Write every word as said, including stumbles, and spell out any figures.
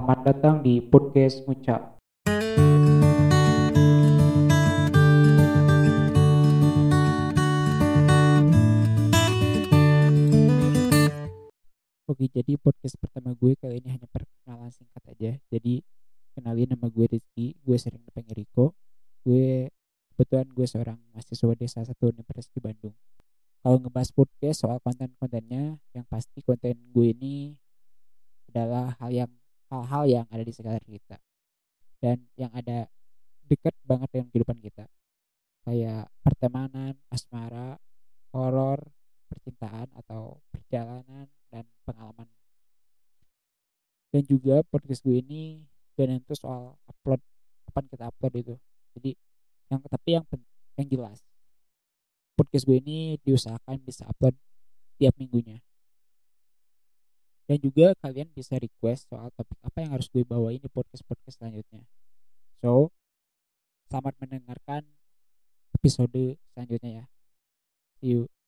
Selamat datang di podcast Ngucap. Oke, jadi podcast pertama gue kali ini hanya perkenalan singkat aja. Jadi, kenalin, nama gue Rizky, gue sering dipanggil Riko. Gue kebetulan gue seorang mahasiswa di salah satu universitas di Bandung. Kalau ngebahas podcast soal konten-kontennya, yang pasti konten gue ini adalah hal yang hal-hal yang ada di sekitar kita dan yang ada dekat banget dengan kehidupan kita, kayak pertemanan, asmara, horor, percintaan atau perjalanan dan pengalaman. Dan juga podcast gue ini gak nentu soal upload, kapan kita upload itu. Jadi yang tapi yang pen- yang jelas podcast gue ini diusahakan bisa upload tiap minggunya. Dan juga kalian bisa request soal topik apa yang harus gue bawain di podcast-podcast selanjutnya. So, selamat mendengarkan episode selanjutnya ya. See you.